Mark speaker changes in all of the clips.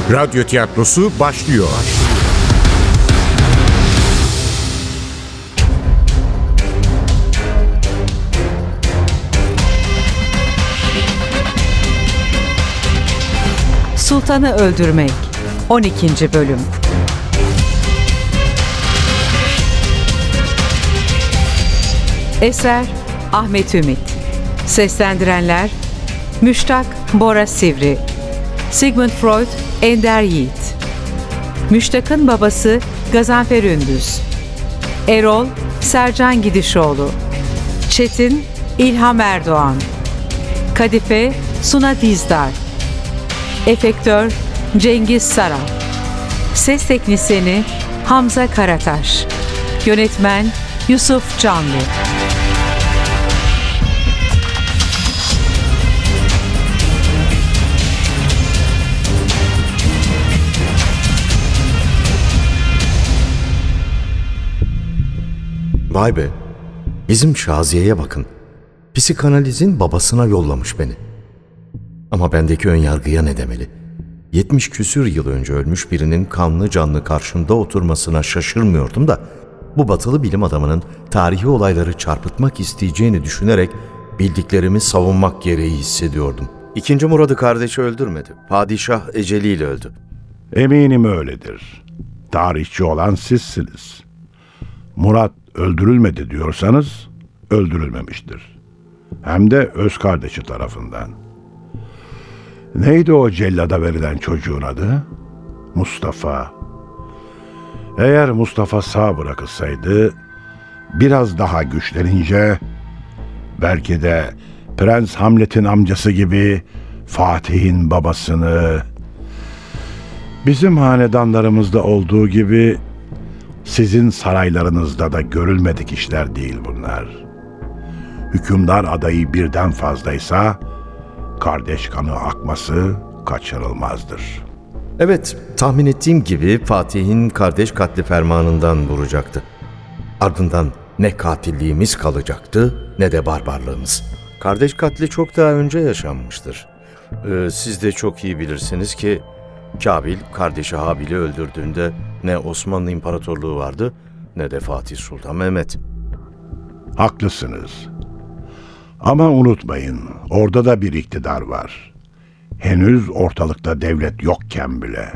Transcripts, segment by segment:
Speaker 1: Radyo tiyatrosu başlıyor.
Speaker 2: Sultanı Öldürmek 12. Bölüm. Eser Ahmet Ümit. Seslendirenler Müştak Bora Sivri, Sigmund Freud Ender Yiğit, Müştak'ın babası Gazanfer Ündüz, Erol Sercan Gidişoğlu, Çetin İlham Erdoğan, Kadife Suna Dizdar, Efektör Cengiz Saral, Ses Teknisyeni Hamza Karataş, Yönetmen Yusuf Canlı.
Speaker 3: Vay be, bizim Şaziye'ye bakın. Psikanalizin babasına yollamış beni. Ama bendeki önyargıya ne demeli? 70 küsür yıl önce ölmüş birinin kanlı canlı karşımda oturmasına şaşırmıyordum da bu batılı bilim adamının tarihi olayları çarpıtmak isteyeceğini düşünerek bildiklerimi savunmak gereği hissediyordum. İkinci Murad'ı kardeşi öldürmedi. Padişah eceliyle öldü.
Speaker 4: Eminim öyledir. Tarihçi olan sizsiniz. Murat öldürülmedi diyorsanız öldürülmemiştir. Hem de öz kardeşi tarafından. Neydi o cellada verilen çocuğun adı? Mustafa. Eğer Mustafa sağ bırakılsaydı, biraz daha güçlenince, belki de Prens Hamlet'in amcası gibi Fatih'in babasını, bizim hanedanlarımızda olduğu gibi sizin saraylarınızda da görülmedik işler değil bunlar. Hükümdar adayı birden fazlaysa, kardeş kanı akması kaçınılmazdır.
Speaker 3: Evet, tahmin ettiğim gibi Fatih'in kardeş katli fermanından vuracaktı. Ardından ne katilliğimiz kalacaktı ne de barbarlığımız. Kardeş katli çok daha önce yaşanmıştır. Siz de çok iyi bilirsiniz ki Kabil kardeşi Habil'i öldürdüğünde ne Osmanlı İmparatorluğu vardı ne de Fatih Sultan Mehmet.
Speaker 4: Haklısınız. Ama unutmayın, orada da bir iktidar var. Henüz ortalıkta devlet yokken bile.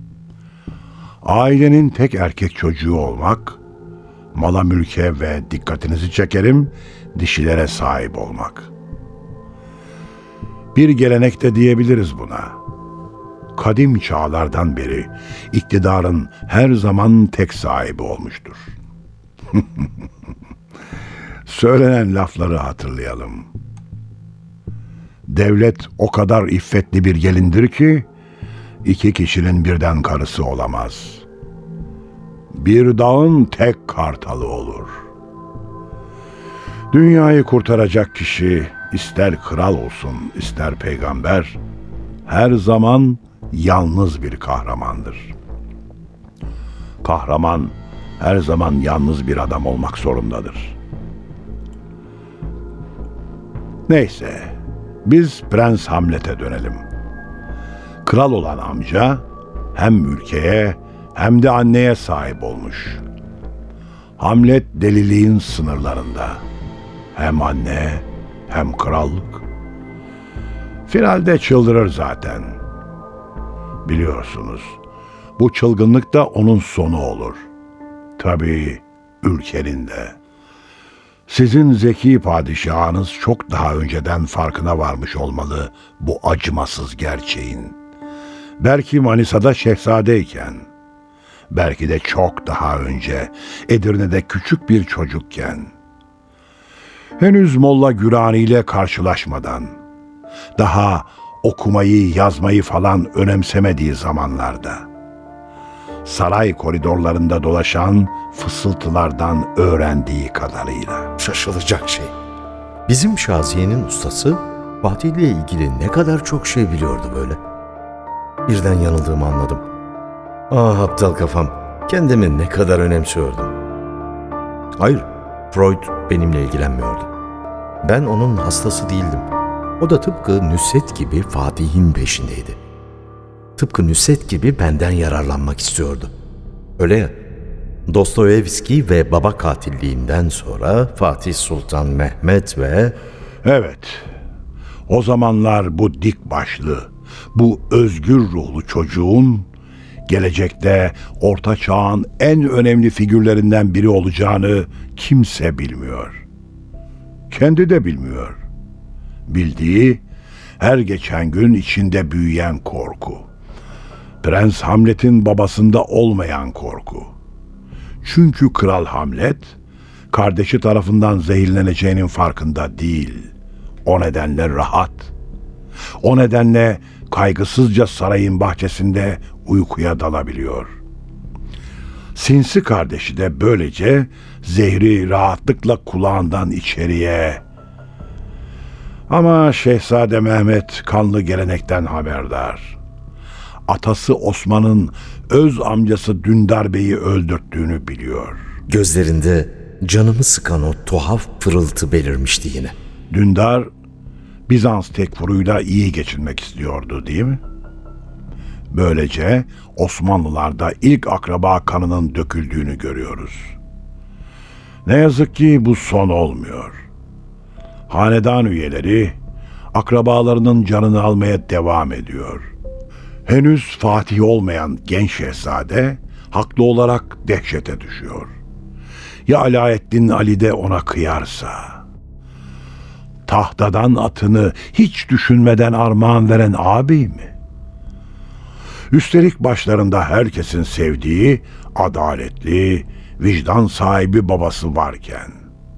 Speaker 4: Ailenin tek erkek çocuğu olmak, mala mülke ve dikkatinizi çekerim, dişilere sahip olmak. Bir gelenek de diyebiliriz buna. Kadim çağlardan beri iktidarın her zaman tek sahibi olmuştur. Söylenen lafları hatırlayalım. Devlet o kadar iffetli bir gelindir ki, 2 kişinin birden karısı olamaz. Bir dağın tek kartalı olur. Dünyayı kurtaracak kişi, ister kral olsun, ister peygamber, her zaman yalnız bir kahramandır. Kahraman her zaman yalnız bir adam olmak zorundadır. Neyse, biz Prens Hamlet'e dönelim. Kral olan amca hem ülkeye hem de anneye sahip olmuş. Hamlet deliliğin sınırlarında. Hem anne hem krallık. Finalde çıldırır zaten. Biliyorsunuz, bu çılgınlık da onun sonu olur. Tabii ülkenin de. Sizin zeki padişahınız çok daha önceden farkına varmış olmalı bu acımasız gerçeğin. Belki Manisa'da şehzadeyken, belki de çok daha önce Edirne'de küçük bir çocukken, henüz Molla Gürani ile karşılaşmadan, daha okumayı, yazmayı falan önemsemediği zamanlarda, saray koridorlarında dolaşan fısıltılardan öğrendiği kadarıyla.
Speaker 3: Şaşılacak şey. Bizim Şaziye'nin ustası Fatih'le ilgili ne kadar çok şey biliyordu böyle. Birden yanıldığımı anladım. Ah aptal kafam, kendimi ne kadar önemsiyordum. Hayır, Freud benimle ilgilenmiyordu. Ben onun hastası değildim. O da tıpkı Nusret gibi Fatih'in peşindeydi. tıpkı Nusret gibi benden yararlanmak istiyordu. Öyle ya, Dostoyevski ve baba katilliğinden sonra Fatih Sultan Mehmet ve...
Speaker 4: Evet, o zamanlar bu dik başlı, bu özgür ruhlu çocuğun gelecekte Orta Çağ'ın en önemli figürlerinden biri olacağını kimse bilmiyor. Kendi de bilmiyor. Bildiği her geçen gün içinde büyüyen korku. Prens Hamlet'in babasında olmayan korku. Çünkü Kral Hamlet kardeşi tarafından zehirleneceğinin farkında değil. O nedenle rahat. O nedenle kaygısızca sarayın bahçesinde uykuya dalabiliyor. Sinsi kardeşi de böylece zehri rahatlıkla kulağından içeriye. Ama Şehzade Mehmet kanlı gelenekten haberdar. Atası Osman'ın öz amcası Dündar Bey'i öldürttüğünü biliyor.
Speaker 3: Gözlerinde canımı sıkan o tuhaf pırıltı belirmişti yine.
Speaker 4: Dündar, Bizans tekfuruyla iyi geçinmek istiyordu değil mi? Böylece Osmanlılarda ilk akraba kanının döküldüğünü görüyoruz. Ne yazık ki bu son olmuyor. Hanedan üyeleri akrabalarının canını almaya devam ediyor. Henüz Fatih olmayan genç şehzade haklı olarak dehşete düşüyor. Ya Alaeddin Ali de ona kıyarsa? Tahtadan atını hiç düşünmeden armağan veren ağabey mi? Üstelik başlarında herkesin sevdiği adaletli, vicdan sahibi babası varken.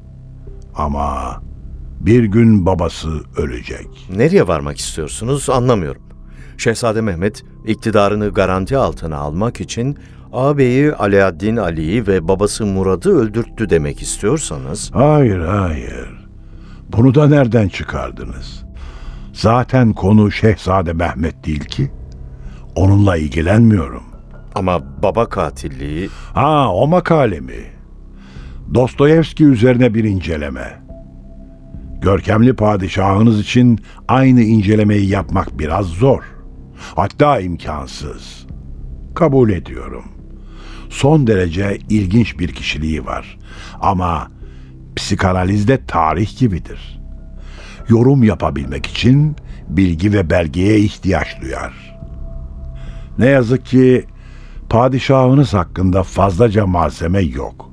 Speaker 4: Ama bir gün babası ölecek.
Speaker 3: Nereye varmak istiyorsunuz anlamıyorum. Şehzade Mehmet iktidarını garanti altına almak için ağabeyi Alaaddin Ali'yi ve babası Murad'ı öldürttü demek istiyorsanız...
Speaker 4: Hayır. Bunu da nereden çıkardınız? Zaten konu Şehzade Mehmet değil ki. Onunla ilgilenmiyorum.
Speaker 3: Ama baba katilliği...
Speaker 4: O makale mi? Dostoyevski üzerine bir inceleme. Görkemli padişahınız için aynı incelemeyi yapmak biraz zor. Hatta imkansız. Kabul ediyorum. Son derece ilginç bir kişiliği var. Ama psikanalizde tarih gibidir. Yorum yapabilmek için bilgi ve belgeye ihtiyaç duyar. Ne yazık ki padişahınız hakkında fazlaca malzeme yok.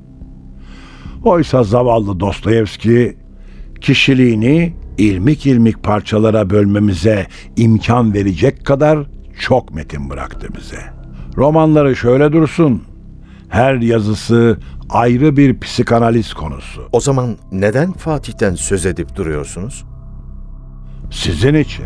Speaker 4: Oysa zavallı Dostoyevski kişiliğini ilmik ilmik parçalara bölmemize imkan verecek kadar çok metin bıraktı bize. Romanları şöyle dursun, her yazısı ayrı bir psikanaliz konusu.
Speaker 3: O zaman neden Fatih'ten söz edip duruyorsunuz?
Speaker 4: Sizin için.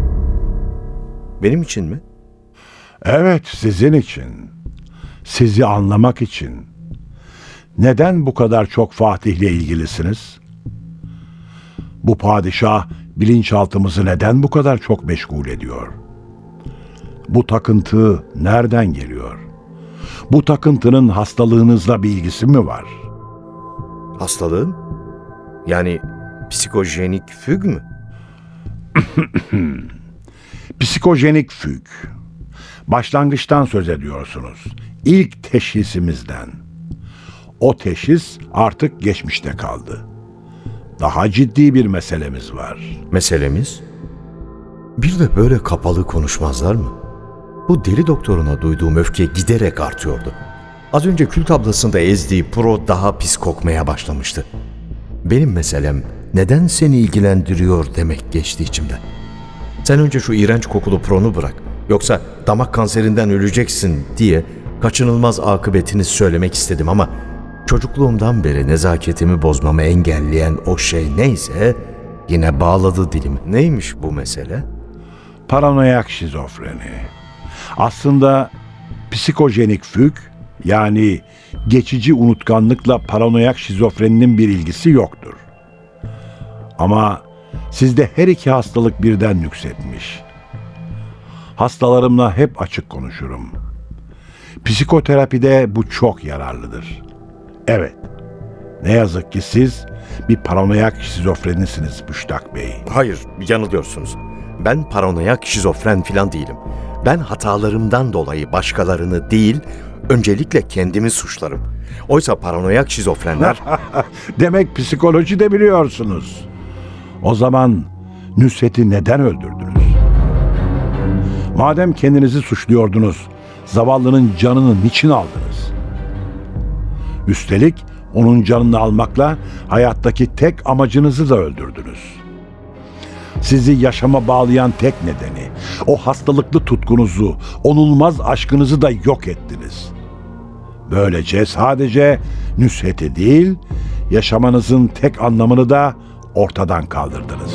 Speaker 3: Benim için mi?
Speaker 4: Evet, sizin için. Sizi anlamak için. Neden bu kadar çok Fatih'le ilgilisiniz? Bu padişah bilinçaltımızı neden bu kadar çok meşgul ediyor? Bu takıntı nereden geliyor? Bu takıntının hastalığınızla bir ilgisi mi var?
Speaker 3: Hastalığım? Yani psikojenik füg mü?
Speaker 4: Psikojenik füg. Başlangıçtan söz ediyorsunuz. İlk teşhisimizden. O teşhis artık geçmişte kaldı. Daha ciddi bir meselemiz var.
Speaker 3: Meselemiz? Bir de böyle kapalı konuşmazlar mı? Bu deli doktoruna duyduğum öfke giderek artıyordu. Az önce kül tablasında ezdiği pro daha pis kokmaya başlamıştı. Benim meselem neden seni ilgilendiriyor demek geçti içimden. Sen önce şu iğrenç kokulu pronu bırak. Yoksa damak kanserinden öleceksin diye kaçınılmaz akıbetini söylemek istedim ama çocukluğumdan beri nezaketimi bozmamı engelleyen o şey neyse yine bağladı dilimi. Neymiş bu mesele?
Speaker 4: Paranoyak şizofreni. Aslında psikojenik füg, yani geçici unutkanlıkla paranoyak şizofreninin bir ilgisi yoktur. Ama sizde her iki hastalık birden nüksetmiş. Hastalarımla hep açık konuşurum. Psikoterapide bu çok yararlıdır. Evet, ne yazık ki siz bir paranoyak şizofrenisiniz Müştak Bey.
Speaker 3: Hayır, yanılıyorsunuz. Ben paranoyak şizofren falan değilim. Ben hatalarımdan dolayı başkalarını değil, öncelikle kendimi suçlarım. Oysa paranoyak şizofrenler
Speaker 4: Demek psikoloji de biliyorsunuz. O zaman Nusret'i neden öldürdünüz? Madem kendinizi suçluyordunuz, zavallının canını niçin aldınız? Üstelik onun canını almakla hayattaki tek amacınızı da öldürdünüz. Sizi yaşama bağlayan tek nedeni, o hastalıklı tutkunuzu, onulmaz aşkınızı da yok ettiniz. Böylece sadece Nusret'i değil, yaşamanızın tek anlamını da ortadan kaldırdınız.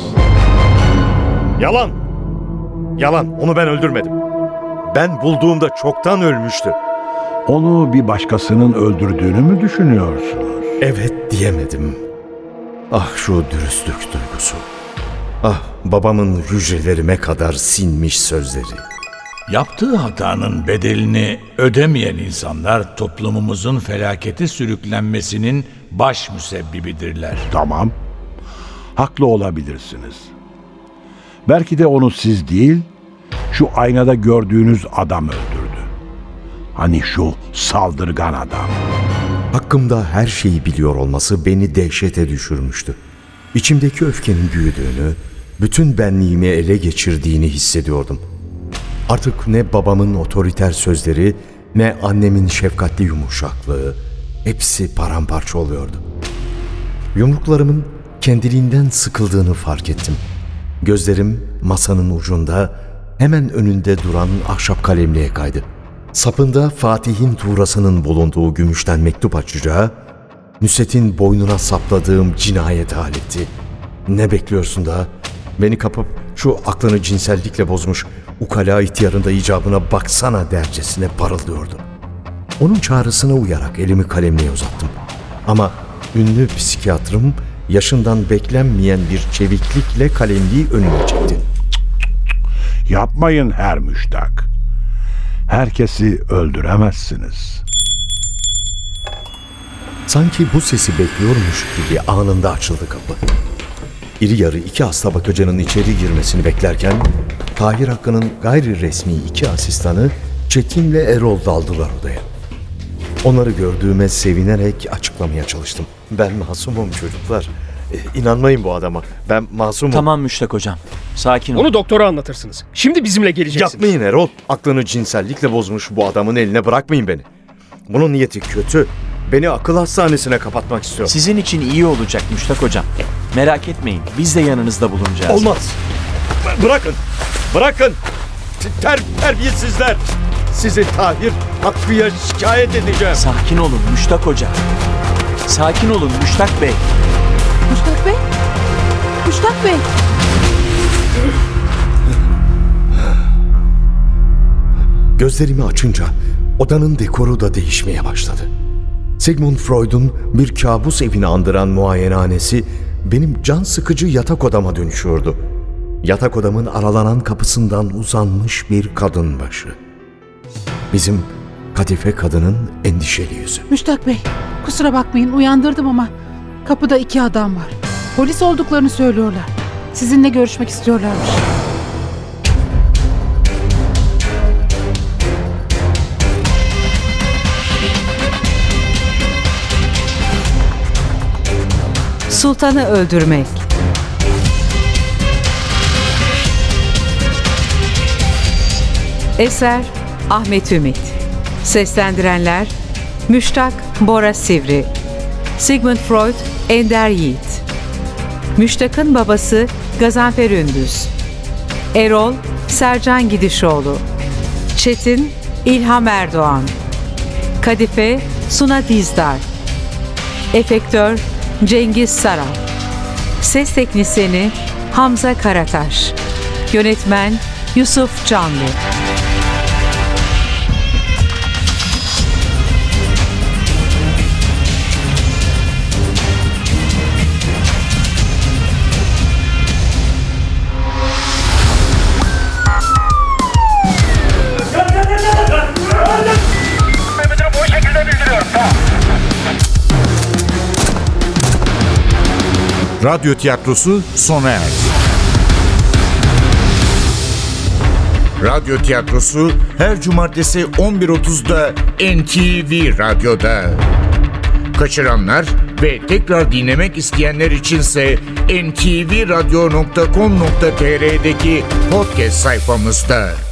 Speaker 3: Yalan! Yalan, onu ben öldürmedim. Ben bulduğumda çoktan ölmüştü.
Speaker 4: Onu bir başkasının öldürdüğünü mü düşünüyorsunuz?
Speaker 3: Evet diyemedim. Ah şu dürüstlük duygusu. Ah babamın hücrelerime kadar sinmiş sözleri.
Speaker 5: Yaptığı hatanın bedelini ödemeyen insanlar toplumumuzun felakete sürüklenmesinin baş müsebbibidirler.
Speaker 4: Tamam, haklı olabilirsiniz. Belki de onu siz değil, şu aynada gördüğünüz adam öldürdü. Hani şu saldırgan adam.
Speaker 3: Hakkımda her şeyi biliyor olması beni dehşete düşürmüştü. İçimdeki öfkenin büyüdüğünü, bütün benliğimi ele geçirdiğini hissediyordum. Artık ne babamın otoriter sözleri, ne annemin şefkatli yumuşaklığı, hepsi paramparça oluyordu. Yumruklarımın kendiliğinden sıkıldığını fark ettim. Gözlerim masanın ucunda, hemen önünde duran ahşap kalemliğe kaydı. Sapında Fatih'in tuğrasının bulunduğu gümüşten mektup açacağı, Nusret'in boynuna sapladığım cinayet aleti. Ne bekliyorsun daha? Beni kapıp şu aklını cinsellikle bozmuş ukala ihtiyarında icabına baksana dercesine parıldıyordu. Onun çağrısına uyarak elimi kalemliğe uzattım. Ama ünlü psikiyatrım yaşından beklenmeyen bir çeviklikle kalemliği önüne çekti.
Speaker 4: Yapmayın Herr Müştak. Herkesi öldüremezsiniz.
Speaker 3: Sanki bu sesi bekliyormuş gibi anında açıldı kapı. İri yarı iki hasta bakıcının içeri girmesini beklerken Tahir Hakkı'nın gayri resmi iki asistanı Çetin'le Erol daldılar odaya. Onları gördüğüme sevinerek açıklamaya çalıştım. Ben masumum çocuklar. İnanmayın bu adama. Ben masumum.
Speaker 6: Tamam Müştak hocam. Sakin ol.
Speaker 7: Onu doktora anlatırsınız. Şimdi bizimle geleceksiniz.
Speaker 3: Yapmayın Erol. Aklını cinsellikle bozmuş bu adamın eline bırakmayın beni. Bunun niyeti kötü. Beni akıl hastanesine kapatmak istiyor.
Speaker 6: Sizin için iyi olacak Müştak hocam. Merak etmeyin. Biz de yanınızda bulunacağız.
Speaker 3: Olmaz. Bırakın. Bırakın. Terbiyesizler. Sizi Tahir Hakkı'ya şikayet edeceğim.
Speaker 6: Sakin olun Müştak hocam. Sakin olun Müştak Bey.
Speaker 8: Müştak Bey? Müştak Bey!
Speaker 3: Gözlerimi açınca odanın dekoru da değişmeye başladı. Sigmund Freud'un bir kabus evini andıran muayenehanesi benim can sıkıcı yatak odama dönüşüyordu. Yatak odamın aralanan kapısından uzanmış bir kadın başı. Bizim kadife kadının endişeli yüzü.
Speaker 8: Müştak Bey, kusura bakmayın uyandırdım ama kapıda 2 adam var. Polis olduklarını söylüyorlar. Sizinle görüşmek istiyorlarmış.
Speaker 2: Sultanı öldürmek. Eser Ahmet Ümit. Seslendirenler Müştak Bora Sivri, Sigmund Freud Ender Yiğit, Müştak'ın babası Gazanfer Ündüz, Erol Sercan Gidişoğlu, Çetin İlham Erdoğan, Kadife Suna Dizdar, Efektör Cengiz Saral, Ses Teknisyeni Hamza Karataş, Yönetmen Yusuf Canlı.
Speaker 1: Radyo tiyatrosu sona erdi. Radyo tiyatrosu her cumartesi 11.30'da NTV Radyo'da. Kaçıranlar ve tekrar dinlemek isteyenler içinse ntvradio.com.tr'deki podcast sayfamızda.